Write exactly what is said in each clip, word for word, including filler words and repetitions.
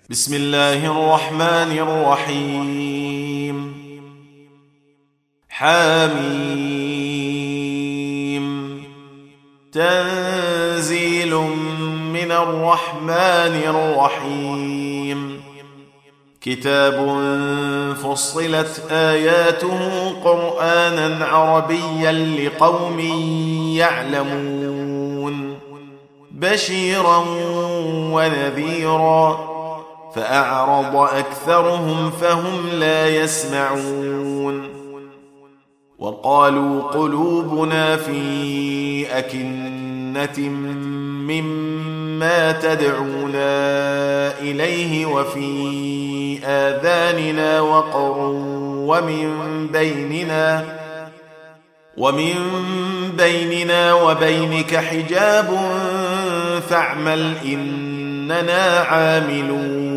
بسم الله الرحمن الرحيم. حميم. تنزيل من الرحمن الرحيم. كتاب فصلت آياته قرآنا عربيا لقوم يعلمون بشيرا ونذيرا فأعرض أكثرهم فهم لا يسمعون. وقالوا قلوبنا في أكنة مما تدعونا إليه وفي آذاننا وقر ومن بيننا ومن بيننا وبينك حجاب فاعمل إننا عاملون.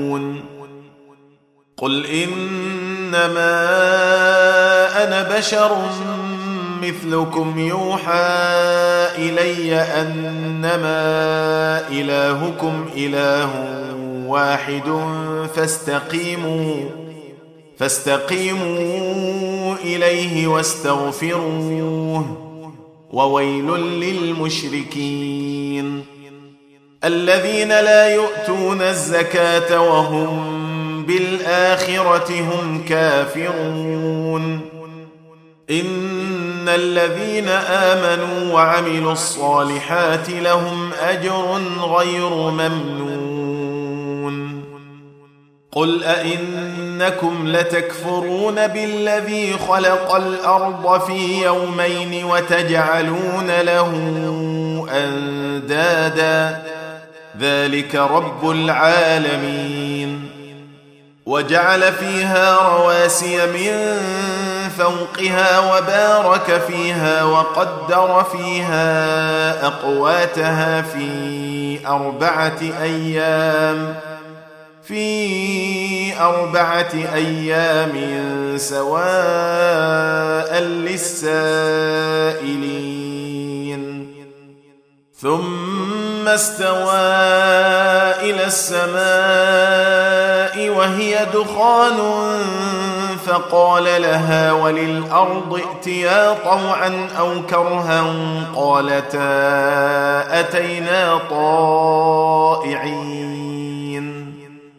قل إنما أنا بشر مثلكم يوحى إلي أنما إلهكم إله واحد فاستقيموا فاستقيموا إليه واستغفروه وويل للمشركين الذين لا يؤتون الزكاة وهم بالآخرة هم كافرون. إن الذين آمنوا وعملوا الصالحات لهم أجر غير ممنون. قل أئنكم لتكفرون بالذي خلق الأرض في يومين وتجعلون له أندادا ذلك رب العالمين. وجعل فيها رواسي من فوقها وبارك فيها وقدر فيها أقواتها في أربعة أيام في أربعة أيام سواء للسائلين. ثم استوى إلى السماء وهي دخان فقال لها وللأرض ائتيا طوعا أو كرها قالتا أتينا طائعين.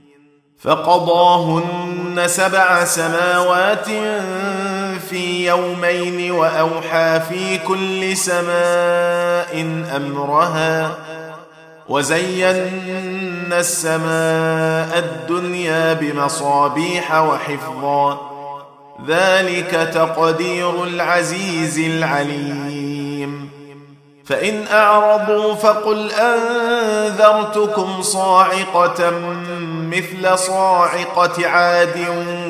فقضاهن سبع سماوات في يومين وأوحى في كل سماء أمرها وزينا السماء الدنيا بمصابيح وحفظا ذلك تقدير العزيز العليم. فإن أعرضوا فقل أنذرتكم صاعقة مثل صاعقة عاد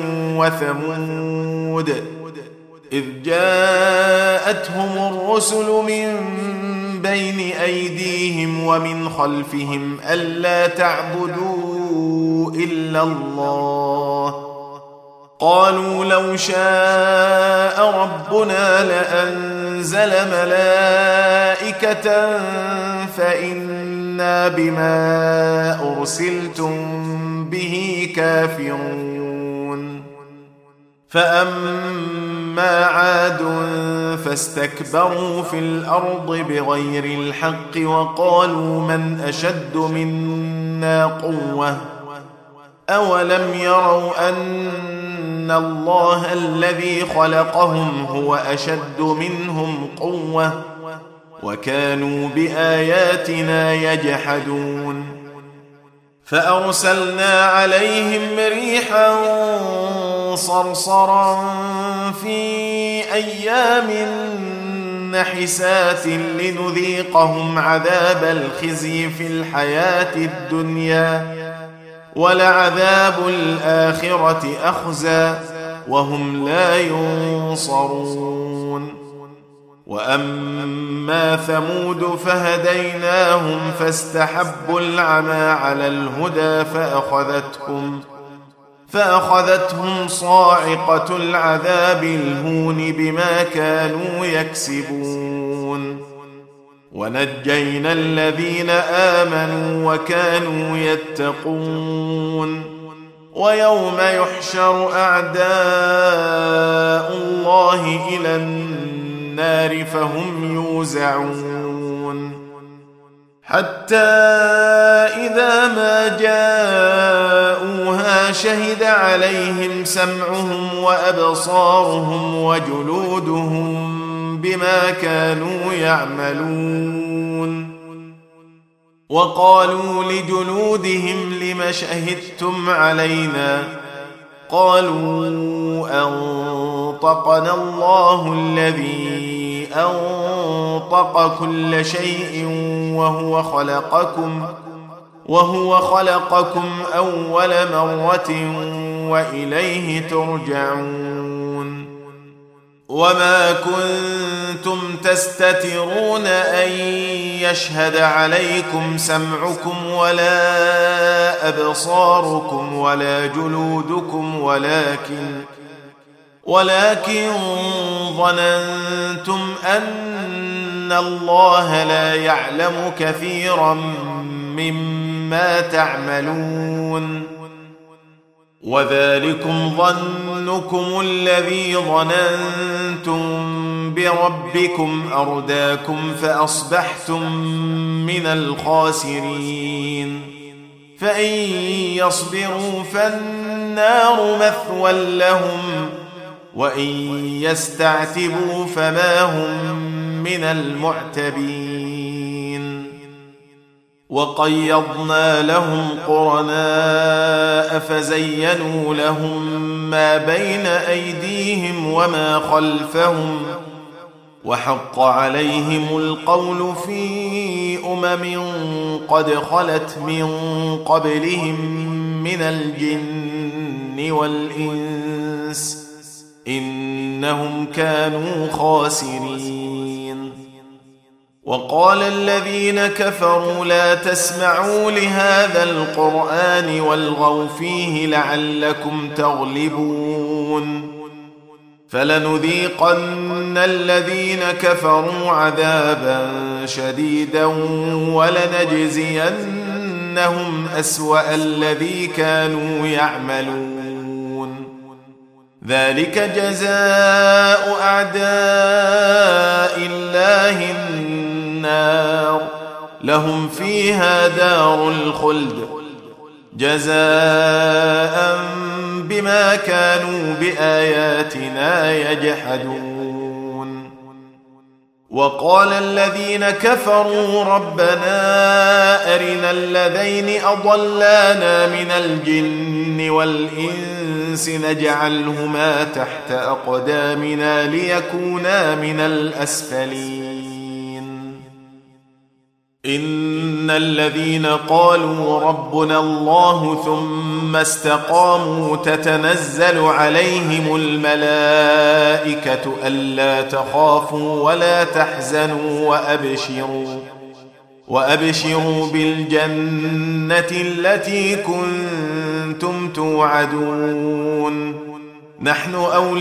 وثمود إذ جاءتهم الرسل من بين أيديهم ومن خلفهم ألا تعبدوا إلا الله قالوا لو شاء ربنا لأنزل ملائكة فإنا بما أرسلتم به كافرون. فأما عاد فاستكبروا في الأرض بغير الحق وقالوا من أشد منا قوة أولم يروا أن الله الذي خلقهم هو أشد منهم قوة وكانوا بآياتنا يجحدون. فأرسلنا عليهم ريحا صرصرا في أيام نحسات لنذيقهم عذاب الخزي في الحياة الدنيا ولعذاب الآخرة أخزى وهم لا ينصرون. وأما ثمود فهديناهم فاستحبوا العمى على الهدى فأخذتهم فأخذتهم صاعقة العذاب الهون بما كانوا يكسبون. ونجينا الذين آمنوا وكانوا يتقون ويوم يحشر أعداء الله إلى النار فهم يوزعون حتى إذا ما جاءوها شهد عليهم سمعهم وأبصارهم وجلودهم بما كانوا يعملون وقالوا لجلودهم لم شهدتم علينا قالوا أنطقنا الله الذي أنطق كل شيء وهو خلقكم وهو خلقكم أول مرة وإليه ترجعون وما كنتم تستترون أن يشهد عليكم سمعكم ولا أبصاركم ولا جلودكم ولكن ولكن ظننتم أن الله لا يعلم كثيرا مما تعملون وذلكم ظنكم الذي ظننتم بربكم أرداكم فأصبحتم من الخاسرين فإن يصبروا فالنار مثوى لهم وإن يستعتبوا فما هم من المعتبين وقيضنا لهم قرناء فزينوا لهم ما بين أيديهم وما خلفهم وحق عليهم القول في أمم قد خلت من قبلهم من الجن والإنس إنهم كانوا خاسرين وقال الذين كفروا لا تسمعوا لهذا القرآن والغوا فيه لعلكم تغلبون فلنذيقن الذين كفروا عذابا شديدا ولنجزينهم أسوأ الذي كانوا يعملون ذلك جزاء أعداء الله النار لهم فيها دار الخلد جزاء بما كانوا بآياتنا يجحدون وقال الذين كفروا ربنا أرنا الذين أضلانا من الجن والإنس نجعلهما تحت أقدامنا ليكونا من الأسفلين إن الذين قالوا ربنا الله ثم استقاموا تتنزل عليهم الملائكة ألا تخافوا ولا تحزنوا وأبشروا وأبشروا بالجنة التي كنتم توعدون نحن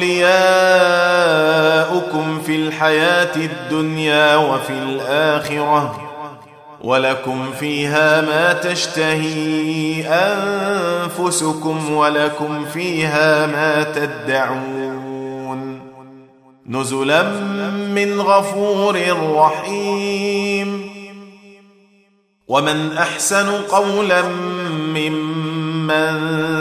أولياؤكم في الحياة الدنيا وفي الآخرة ولكم فيها ما تشتهي أنفسكم ولكم فيها ما تدعون نزلا من غفور رحيم ومن أحسن قولا ممن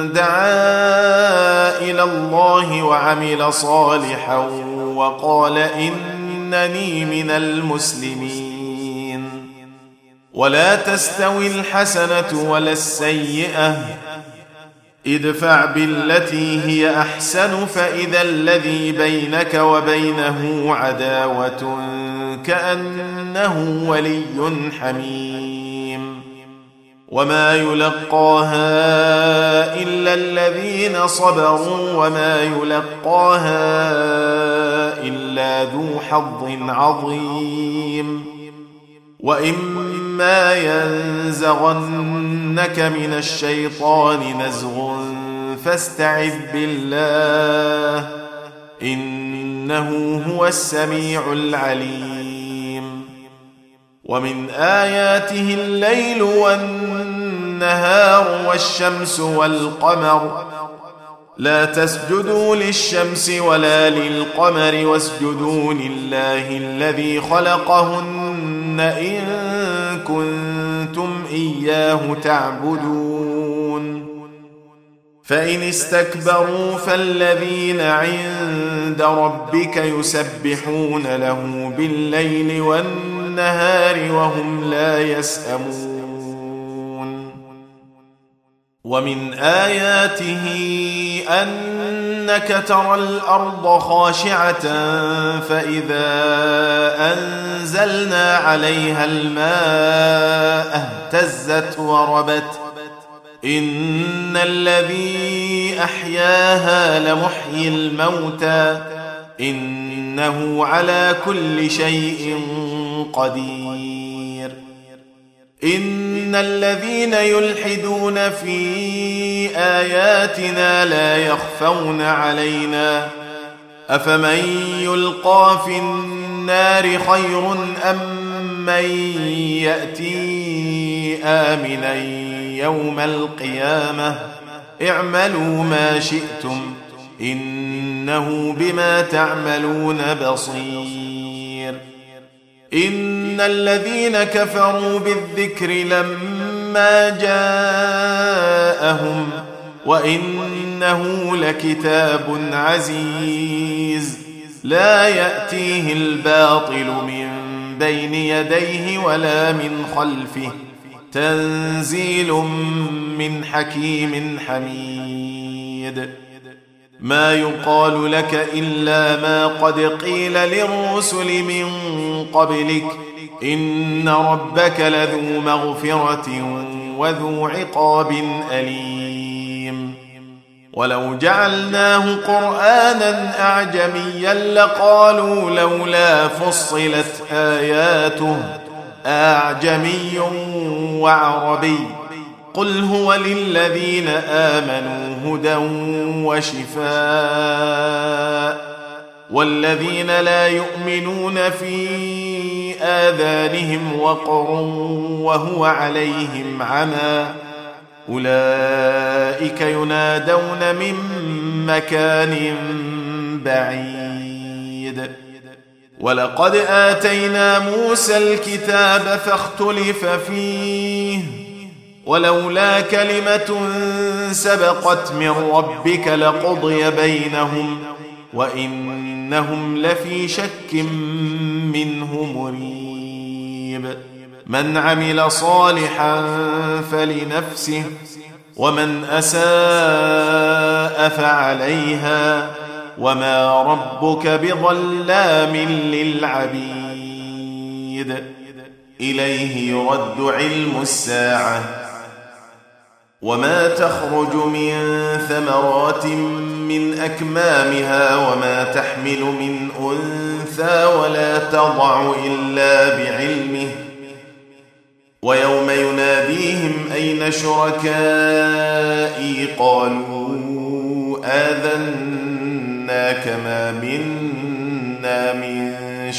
دعا إلى الله وعمل صالحا وقال إنني من المسلمين ولا تستوي الحسنة ولا السيئة ادفع بالتي هي أحسن فإذا الذي بينك وبينه عداوة كأنه ولي حميم وما يلقاها إلا الذين صبروا وما يلقاها إلا ذو حظ عظيم وإما ينزغنك من الشيطان نزغ فاستعذ بالله إنه هو السميع العليم ومن آياته الليل والنهار النهار والشمس والقمر لا تسجدوا للشمس ولا للقمر واسجدوا لله الذي خلقهن إن كنتم إياه تعبدون فإن استكبروا فالذين عند ربك يسبحون له بالليل والنهار وهم لا يسأمون ومن آياته أنك ترى الأرض خاشعة فإذا أنزلنا عليها الماء اهتزت وربت إن الذي أحياها لمحيي الموتى إنه على كل شيء قدير إن الذين يلحدون في آياتنا لا يخفون علينا أفمن يلقى في النار خير أم من يأتي آمنا يوم القيامة اعملوا ما شئتم إنه بما تعملون بصير إن الذين كفروا بالذكر لما جاءهم وإنه لكتاب عزيز لا يأتيه الباطل من بين يديه ولا من خلفه تنزيل من حكيم حميد ما يقال لك إلا ما قد قيل للرسل من قبلك إن ربك لذو مغفرة وذو عقاب أليم ولو جعلناه قرآنا أعجميا لقالوا لولا فصلت آياته أعجمي وعربي قل هو للذين آمنوا هدى وشفاء والذين لا يؤمنون في آذانهم وقر وهو عليهم عمى أولئك ينادون من مكان بعيد ولقد آتينا موسى الكتاب فاختلف فيه ولولا كلمة سبقت من ربك لقضي بينهم وإنهم لفي شك منه مريب من عمل صالحا فلنفسه ومن أساء فعليها وما ربك بظلام للعبيد إليه يرد علم الساعة وما تخرج من ثمرات من أكمامها وما تحمل من أنثى ولا تضع إلا بعلمه ويوم يناديهم أين شركائي قالوا آذناك ما منا من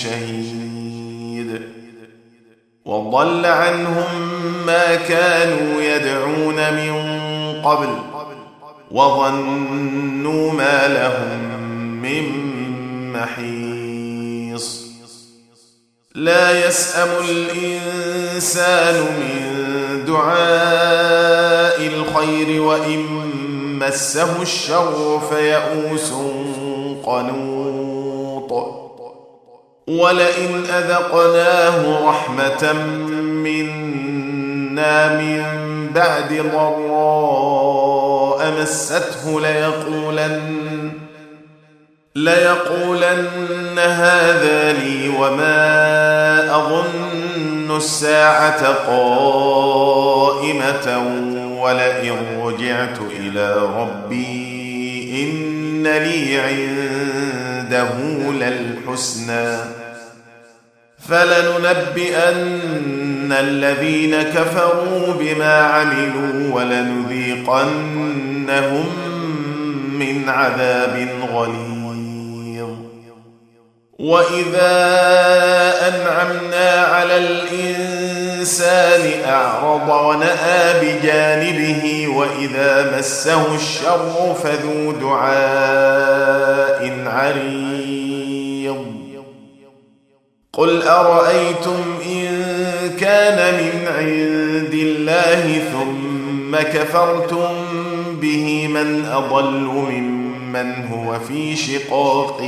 شهيد وضل عنهم ما كانوا يدعون من قبل وظنوا ما لهم من محيص لا يسأم الإنسان من دعاء الخير وإن مسه الشر فيئوس قنوط ولئن أذقناه رحمة منا من بعد ضراء مسته ليقولن ليقولن هذا لي وما أظن الساعة قائمة ولئن رجعت إلى ربي إن لي عنده للحسنى فلننبئن الذين كفروا بما عملوا ولنذيقنهم من عذاب غليظ وإذا أنعمنا على الإنسان الإنسان أعرض ونأى بجانبه وإذا مسه الشر فذو دعاء عريض قل أرأيتم إن كان من عند الله ثم كفرتم به من أضل ممن هو في شقاق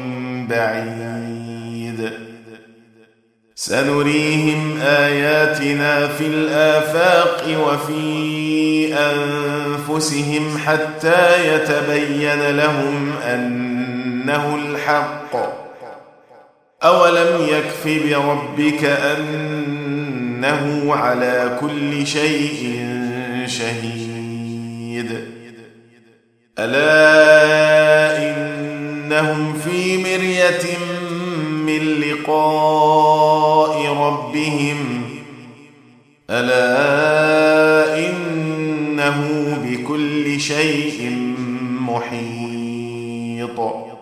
بعيد سنريهم آياتنا في الآفاق وفي أنفسهم حتى يتبين لهم أنه الحق أولم يكف بربك أنه على كل شيء شهيد ألا إنهم في مرية من لقاء ربهم ألا إنه بكل شيء محيط